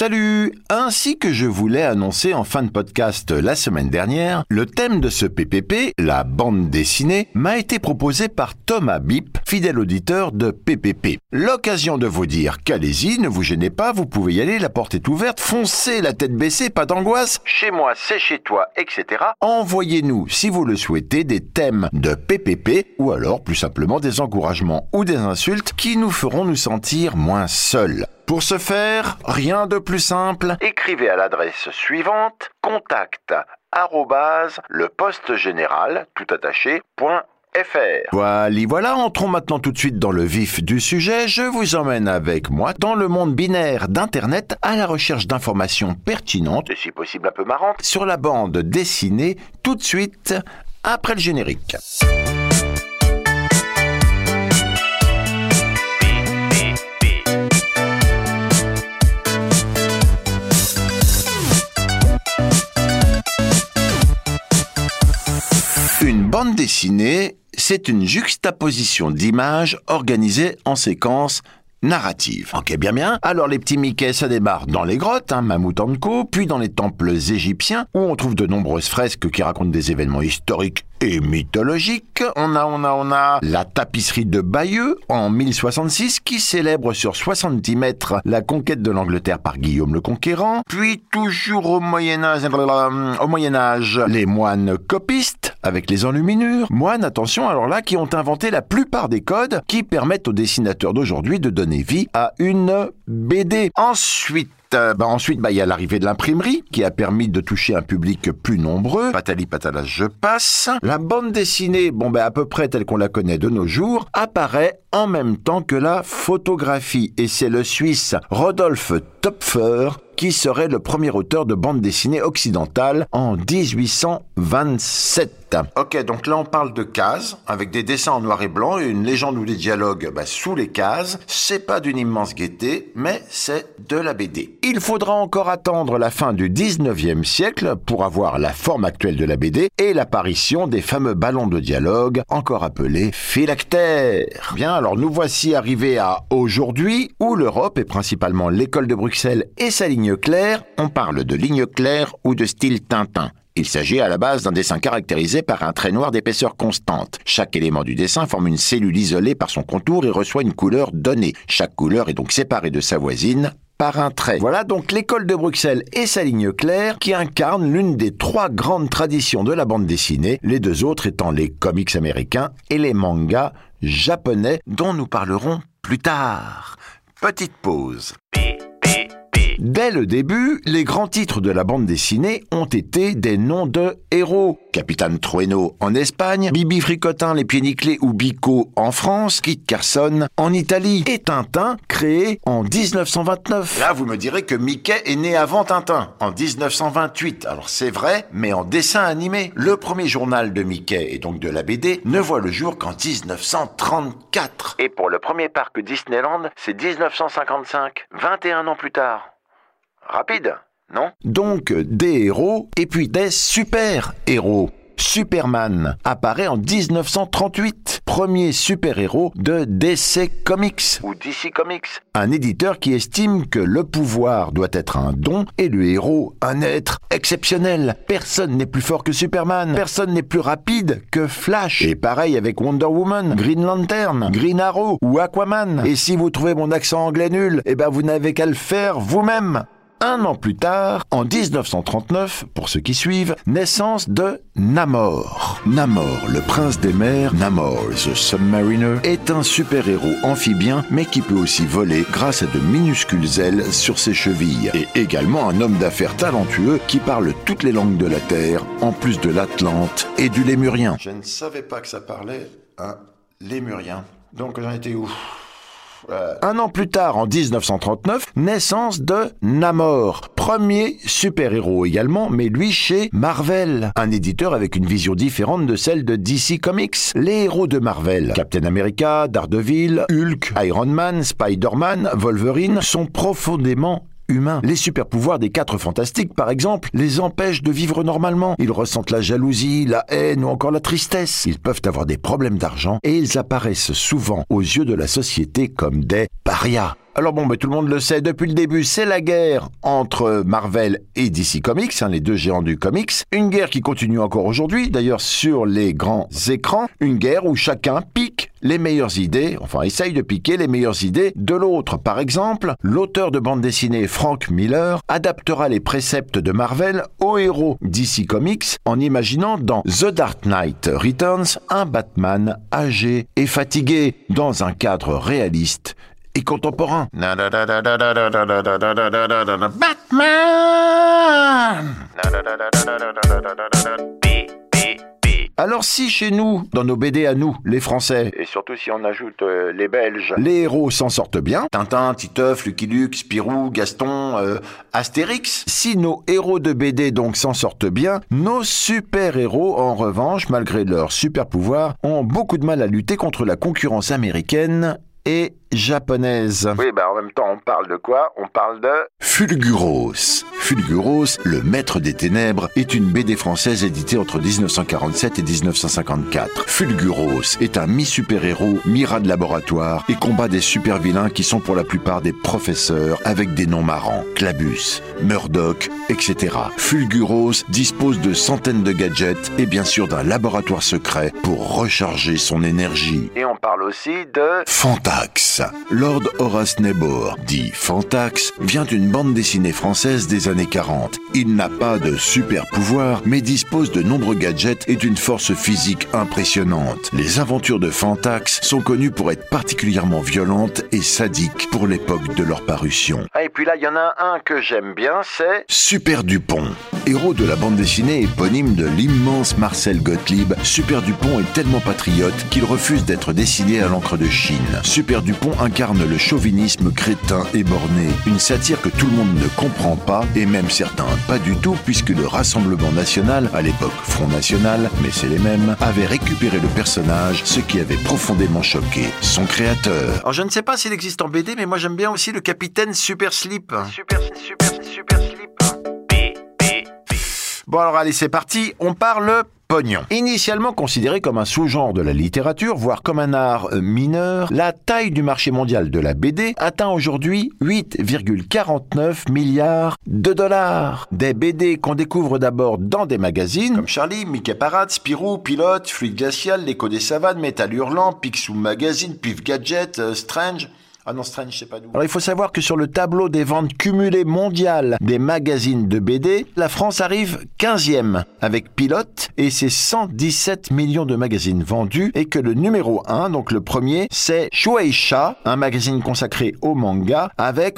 Salut! Ainsi que je voulais annoncer en fin de podcast la semaine dernière, le thème de ce PPP, la bande dessinée, m'a été proposé par Thomas Bip, fidèle auditeur de PPP. L'occasion de vous dire qu'allez-y, ne vous gênez pas, vous pouvez y aller, la porte est ouverte, foncez la tête baissée, pas d'angoisse. Chez moi, c'est chez toi, etc. Envoyez-nous, si vous le souhaitez, des thèmes de PPP ou alors, plus simplement, des encouragements ou des insultes qui nous feront nous sentir moins seuls. Pour ce faire, rien de plus simple, écrivez à l'adresse suivante, contact@lepostgénéral, tout attaché, .fr. Voilà, entrons maintenant tout de suite dans le vif du sujet. Je vous emmène avec moi dans le monde binaire d'Internet à la recherche d'informations pertinentes, et si possible un peu marrantes, sur la bande dessinée, tout de suite après le générique. Une bande dessinée, c'est une juxtaposition d'images organisée en séquences narratives. Ok, bien. Alors les petits Mickey, ça démarre dans les grottes, Mammouth & Co, puis dans les temples égyptiens, où on trouve de nombreuses fresques qui racontent des événements historiques et mythologiques. On a la tapisserie de Bayeux en 1066 qui célèbre sur 70 mètres la conquête de l'Angleterre par Guillaume le Conquérant. Puis toujours au Moyen-Âge, les moines copistes avec les enluminures. Moines, attention, alors là, qui ont inventé la plupart des codes qui permettent aux dessinateurs d'aujourd'hui de donner vie à une BD. Ensuite, il y a l'arrivée de l'imprimerie, qui a permis de toucher un public plus nombreux. Patali patala, je passe. La bande dessinée, à peu près telle qu'on la connaît de nos jours, apparaît en même temps que la photographie. Et c'est le Suisse Rodolphe Töpfer qui serait le premier auteur de bande dessinée occidentale en 1827. Ok, donc là on parle de cases, avec des dessins en noir et blanc et une légende ou des dialogues sous les cases. C'est pas d'une immense gaieté, mais c'est de la BD. Il faudra encore attendre la fin du 19e siècle pour avoir la forme actuelle de la BD et l'apparition des fameux ballons de dialogue, encore appelés phylactères. Bien, alors nous voici arrivés à aujourd'hui, où l'Europe, et principalement l'école de Bruxelles et sa ligne claire, on parle de ligne claire ou de style Tintin. Il s'agit à la base d'un dessin caractérisé par un trait noir d'épaisseur constante. Chaque élément du dessin forme une cellule isolée par son contour et reçoit une couleur donnée. Chaque couleur est donc séparée de sa voisine par un trait. Voilà donc l'école de Bruxelles et sa ligne claire qui incarnent l'une des trois grandes traditions de la bande dessinée, les deux autres étant les comics américains et les mangas japonais dont nous parlerons plus tard. Petite pause. Dès le début, les grands titres de la bande dessinée ont été des noms de héros. Capitaine Trueno en Espagne, Bibi Fricotin, les pieds nickelés ou Bico en France, Kit Carson en Italie et Tintin créé en 1929. Là, vous me direz que Mickey est né avant Tintin, en 1928. Alors c'est vrai, mais en dessin animé. Le premier journal de Mickey, et donc de la BD, ne voit le jour qu'en 1934. Et pour le premier parc Disneyland, c'est 1955, 21 ans plus tard. Rapide, non? Donc, des héros et puis des super-héros. Superman apparaît en 1938, premier super-héros de DC Comics ou DC Comics, un éditeur qui estime que le pouvoir doit être un don et le héros un être exceptionnel. Personne n'est plus fort que Superman, personne n'est plus rapide que Flash. Et pareil avec Wonder Woman, Green Lantern, Green Arrow ou Aquaman. Et si vous trouvez mon accent anglais nul, vous n'avez qu'à le faire vous-même. Un an plus tard, en 1939, pour ceux qui suivent, naissance de Namor. Namor, le prince des mers, Namor, the Submariner, est un super-héros amphibien, mais qui peut aussi voler grâce à de minuscules ailes sur ses chevilles. Et également un homme d'affaires talentueux qui parle toutes les langues de la Terre, en plus de l'Atlante et du lémurien. Je ne savais pas que ça parlait un lémurien. Donc j'en étais où ? Un an plus tard, en 1939, naissance de Namor, premier super-héros également, mais lui chez Marvel, un éditeur avec une vision différente de celle de DC Comics. Les héros de Marvel, Captain America, Daredevil, Hulk, Iron Man, Spider-Man, Wolverine, sont profondément humains. Les super-pouvoirs des 4 Fantastiques, par exemple, les empêchent de vivre normalement. Ils ressentent la jalousie, la haine ou encore la tristesse. Ils peuvent avoir des problèmes d'argent et ils apparaissent souvent aux yeux de la société comme des parias. Alors bon, tout le monde le sait, depuis le début, c'est la guerre entre Marvel et DC Comics, les deux géants du comics. Une guerre qui continue encore aujourd'hui, d'ailleurs sur les grands écrans. Une guerre où chacun pique les meilleures idées, essaye de piquer les meilleures idées de l'autre. Par exemple, l'auteur de bande dessinée Frank Miller adaptera les préceptes de Marvel aux héros DC Comics en imaginant dans The Dark Knight Returns un Batman âgé et fatigué dans un cadre réaliste et contemporain. Batman! Alors si chez nous, dans nos BD à nous, les Français, et surtout si on ajoute les Belges, les héros s'en sortent bien, Tintin, Titeuf, Lucky Luke, Spirou, Gaston, Astérix, si nos héros de BD donc s'en sortent bien, nos super-héros, en revanche, malgré leurs super-pouvoirs, ont beaucoup de mal à lutter contre la concurrence américaine et japonaise. Oui, en même temps, on parle de quoi? On parle de Fulguros. Fulguros, le maître des ténèbres, est une BD française éditée entre 1947 et 1954. Fulguros est un mi-super-héros, mi-rat de laboratoire et combat des super-vilains qui sont pour la plupart des professeurs avec des noms marrants. Clabus, Murdoch, etc. Fulguros dispose de centaines de gadgets et bien sûr d'un laboratoire secret pour recharger son énergie. Et on parle aussi de Fantax. Lord Horace Nebor, dit Fantax, vient d'une bande dessinée française des années 40. Il n'a pas de super pouvoir, mais dispose de nombreux gadgets et d'une force physique impressionnante. Les aventures de Fantax sont connues pour être particulièrement violentes et sadiques pour l'époque de leur parution. Et puis là, il y en a un que j'aime bien, c'est Super Dupont. Héros de la bande dessinée éponyme de l'immense Marcel Gottlieb, Super Dupont est tellement patriote qu'il refuse d'être dessiné à l'encre de Chine. Super Dupont incarne le chauvinisme crétin et borné, une satire que tout le monde ne comprend pas, et même certains pas du tout, puisque le Rassemblement National, à l'époque Front National, mais c'est les mêmes, avait récupéré le personnage, ce qui avait profondément choqué son créateur. Alors je ne sais pas s'il existe en BD, mais moi j'aime bien aussi le capitaine Super Slip. Super Slip. Bon alors allez, c'est parti, on parle pognon. Initialement considéré comme un sous-genre de la littérature, voire comme un art mineur, la taille du marché mondial de la BD atteint aujourd'hui 8,49 milliards de dollars. Des BD qu'on découvre d'abord dans des magazines, comme Charlie, Mickey Parade, Spirou, Pilote, Fluide Glacial, L'écho des savanes, Métal Hurlant, Picsou Magazine, Pif Gadget, Strange... Ah non, Strange, je sais pas d'où. Alors il faut savoir que sur le tableau des ventes cumulées mondiales des magazines de BD, la France arrive 15e avec Pilote et ses 117 millions de magazines vendus, et que le numéro 1, donc le premier, c'est Shueisha, un magazine consacré au manga, avec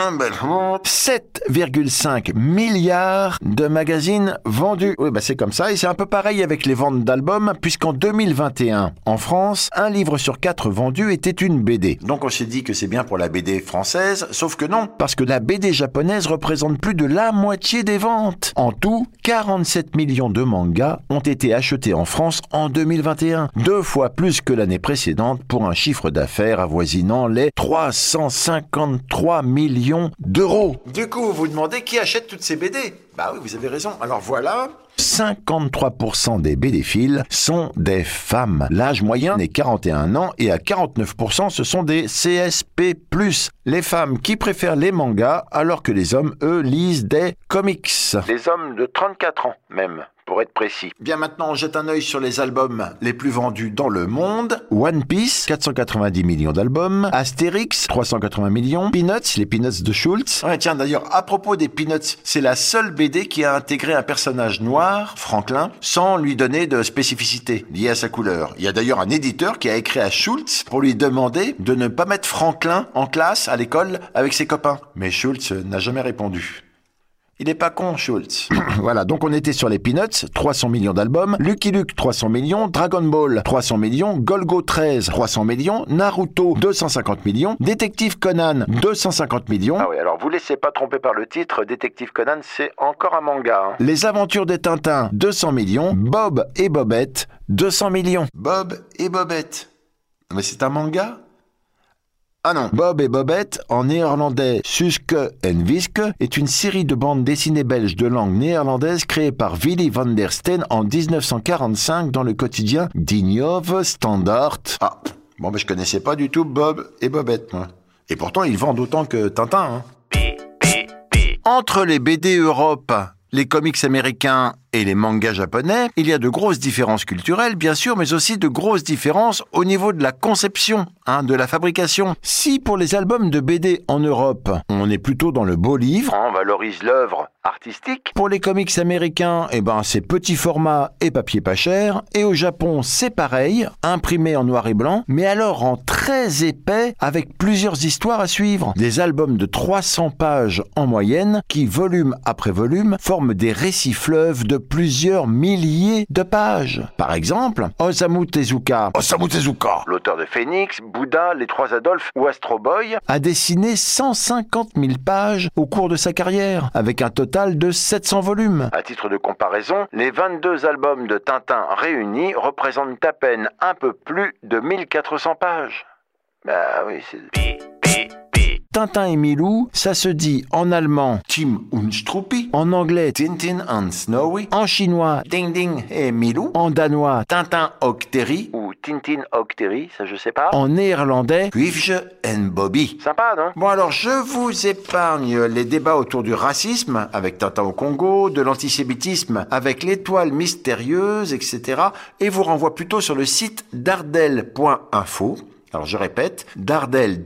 7,5 milliards de magazines vendus. Oui, c'est comme ça, et c'est un peu pareil avec les ventes d'albums, puisqu'en 2021, en France, un livre sur 4 vendus était une BD. Donc on s'est dit que c'est bien pour la BD française, sauf que non, parce que la BD japonaise représente plus de la moitié des ventes. En tout, 47 millions de mangas ont été achetés en France en 2021, 2 fois plus que l'année précédente, pour un chiffre d'affaires avoisinant les 353 millions d'euros. Du coup, vous vous demandez qui achète toutes ces BD? Bah oui, vous avez raison. Alors voilà, 53% des BDphiles sont des femmes. L'âge moyen est 41 ans et à 49%, ce sont des CSP+. Les femmes qui préfèrent les mangas alors que les hommes, eux, lisent des comics. Les hommes de 34 ans même, pour être précis. Bien, maintenant, on jette un œil sur les albums les plus vendus dans le monde. One Piece, 490 millions d'albums. Astérix, 380 millions. Peanuts, les Peanuts de Schultz. Ouais, tiens, d'ailleurs, à propos des Peanuts, c'est la seule BD qui a intégré un personnage noir, Franklin, sans lui donner de spécificité liée à sa couleur. Il y a d'ailleurs un éditeur qui a écrit à Schultz pour lui demander de ne pas mettre Franklin en classe à l'école avec ses copains. Mais Schultz n'a jamais répondu. Il est pas con, Schultz. Voilà, donc on était sur les Peanuts, 300 millions d'albums, Lucky Luke, 300 millions, Dragon Ball, 300 millions, Golgo 13, 300 millions, Naruto, 250 millions, Détective Conan, 250 millions. Ah oui, alors vous laissez pas tromper par le titre, Détective Conan, c'est encore un manga. Hein. Les Aventures des Tintins, 200 millions, Bob et Bobette, 200 millions. Bob et Bobette. Mais c'est un manga ? Ah non. Bob et Bobette, en néerlandais Suske en Wiske, est une série de bandes dessinées belges de langue néerlandaise créée par Willy van der Steen en 1945 dans le quotidien Die Nieuwe Standaard. Ah, bon, je connaissais pas du tout Bob et Bobette, moi. Et pourtant, ils vendent autant que Tintin. Entre les BD Europe, les comics américains et les mangas japonais, il y a de grosses différences culturelles, bien sûr, mais aussi de grosses différences au niveau de la conception, de la fabrication. Si pour les albums de BD en Europe, on est plutôt dans le beau livre, on valorise l'œuvre artistique. Pour les comics américains, c'est petit format et papier pas cher. Et au Japon, c'est pareil, imprimé en noir et blanc, mais alors en très épais, avec plusieurs histoires à suivre. Des albums de 300 pages en moyenne, qui, volume après volume, forment des récits fleuves de plusieurs milliers de pages. Par exemple, Osamu Tezuka, l'auteur de Phoenix, Bouddha, Les Trois Adolphes ou Astro Boy, a dessiné 150 000 pages au cours de sa carrière, avec un total de 700 volumes. À titre de comparaison, les 22 albums de Tintin réunis représentent à peine un peu plus de 1400 pages. Bah oui, c'est... Tintin et Milou, ça se dit en allemand Tim und Struppi, en anglais Tintin and Snowy, en chinois Ding Ding et Milou, en danois Tintin och Terry ou Tintin och Terry, ça je sais pas, en néerlandais Wiefje and Bobby. Sympa, non? Bon alors je vous épargne les débats autour du racisme avec Tintin au Congo, de l'antisémitisme avec l'étoile mystérieuse, etc. et vous renvoie plutôt sur le site dardel.info. Alors je répète, Dardel,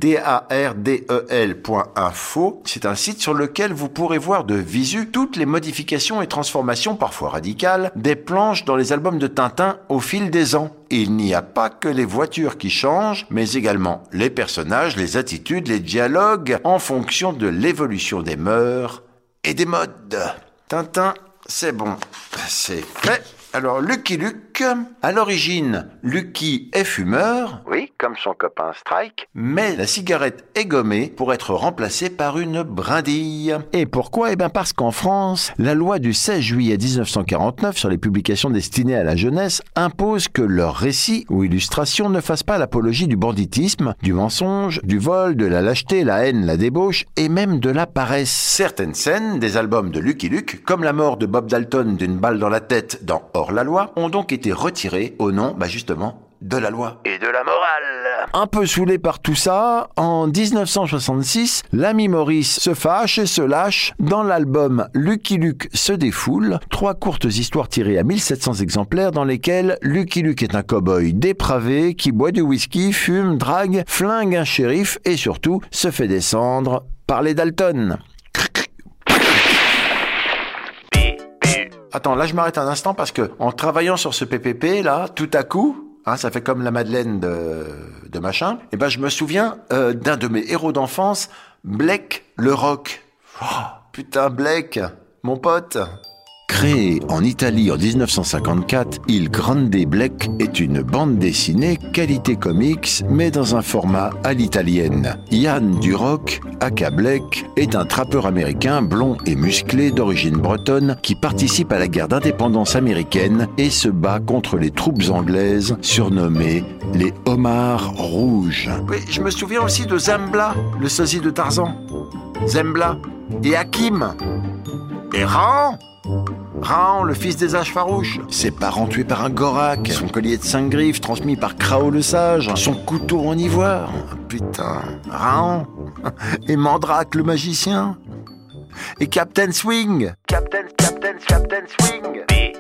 DARDEL.info, c'est un site sur lequel vous pourrez voir de visu toutes les modifications et transformations, parfois radicales, des planches dans les albums de Tintin au fil des ans. Il n'y a pas que les voitures qui changent, mais également les personnages, les attitudes, les dialogues, en fonction de l'évolution des mœurs et des modes. Tintin, c'est bon, c'est fait. Alors, Lucky Luke, à l'origine, Lucky est fumeur, oui, comme son copain Strike, mais la cigarette est gommée pour être remplacée par une brindille. Et pourquoi? Parce qu'en France, la loi du 16 juillet 1949 sur les publications destinées à la jeunesse impose que leurs récits ou illustrations ne fassent pas l'apologie du banditisme, du mensonge, du vol, de la lâcheté, la haine, la débauche et même de la paresse. Certaines scènes des albums de Lucky Luke, comme la mort de Bob Dalton d'une balle dans la tête dans la loi, ont donc été retirés au nom, justement, de la loi et de la morale. Un peu saoulé par tout ça, en 1966, l'ami Maurice se fâche et se lâche dans l'album Lucky Luke se défoule, 3 courtes histoires tirées à 1700 exemplaires dans lesquelles Lucky Luke est un cow-boy dépravé qui boit du whisky, fume, drague, flingue un shérif et surtout se fait descendre par les Dalton. Attends, là je m'arrête un instant parce que en travaillant sur ce PPP là, tout à coup, ça fait comme la Madeleine de machin, je me souviens d'un de mes héros d'enfance, Blake le Rock. Oh, putain Blake, mon pote. Créé en Italie en 1954, Il Grande Blake est une bande dessinée qualité comics, mais dans un format à l'italienne. Yann Duroc, aka Blake, est un trappeur américain blond et musclé d'origine bretonne qui participe à la guerre d'indépendance américaine et se bat contre les troupes anglaises surnommées les Homards Rouges. Oui, je me souviens aussi de Zambla, le sosie de Tarzan. Zembla et Hakim. Et Ran, le fils des âges farouches. Ses parents tués par un Gorak. Son collier de 5 griffes transmis par Krao le sage. Son couteau en ivoire. Putain. Raon. Et Mandrake le magicien. Et Captain Swing. Captain Swing.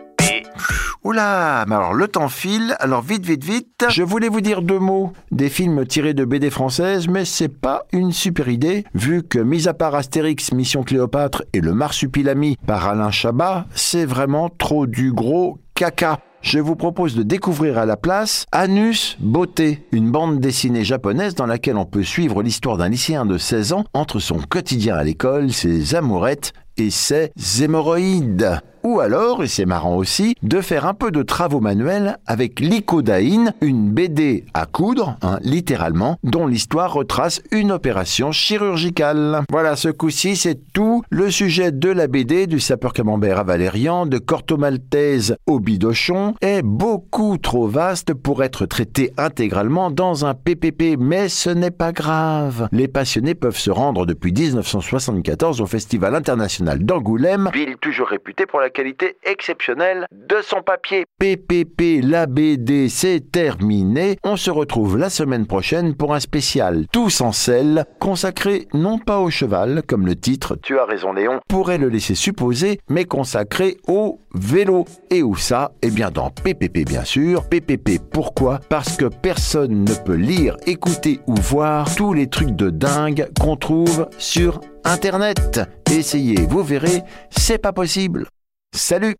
Oula, mais alors le temps file, alors vite, je voulais vous dire 2 mots des films tirés de BD françaises, mais c'est pas une super idée, vu que mis à part Astérix, Mission Cléopâtre et le Marsupilami par Alain Chabat, c'est vraiment trop du gros caca. Je vous propose de découvrir à la place Anus Beauté, une bande dessinée japonaise dans laquelle on peut suivre l'histoire d'un lycéen de 16 ans entre son quotidien à l'école, ses amourettes et ses hémorroïdes. Ou alors, et c'est marrant aussi, de faire un peu de travaux manuels avec l'Icodaïne, une BD à coudre, littéralement, dont l'histoire retrace une opération chirurgicale. Voilà, ce coup-ci, c'est tout le sujet de la BD, du sapeur camembert à Valérian, de Corto Maltese au Bidochon, est beaucoup trop vaste pour être traité intégralement dans un PPP, mais ce n'est pas grave. Les passionnés peuvent se rendre depuis 1974 au Festival international d'Angoulême, ville toujours réputée pour la qualité exceptionnelle de son papier. PPP, la BD, c'est terminé. On se retrouve la semaine prochaine pour un spécial Tous en selle, consacré non pas au cheval, comme le titre, tu as raison Léon, pourrait le laisser supposer, mais consacré au vélo. Et où ça? Eh bien dans PPP bien sûr. PPP pourquoi? Parce que personne ne peut lire, écouter ou voir tous les trucs de dingue qu'on trouve sur Internet. Essayez, vous verrez, c'est pas possible. Salut!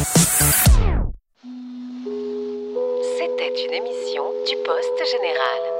C'était une émission du Poste Général.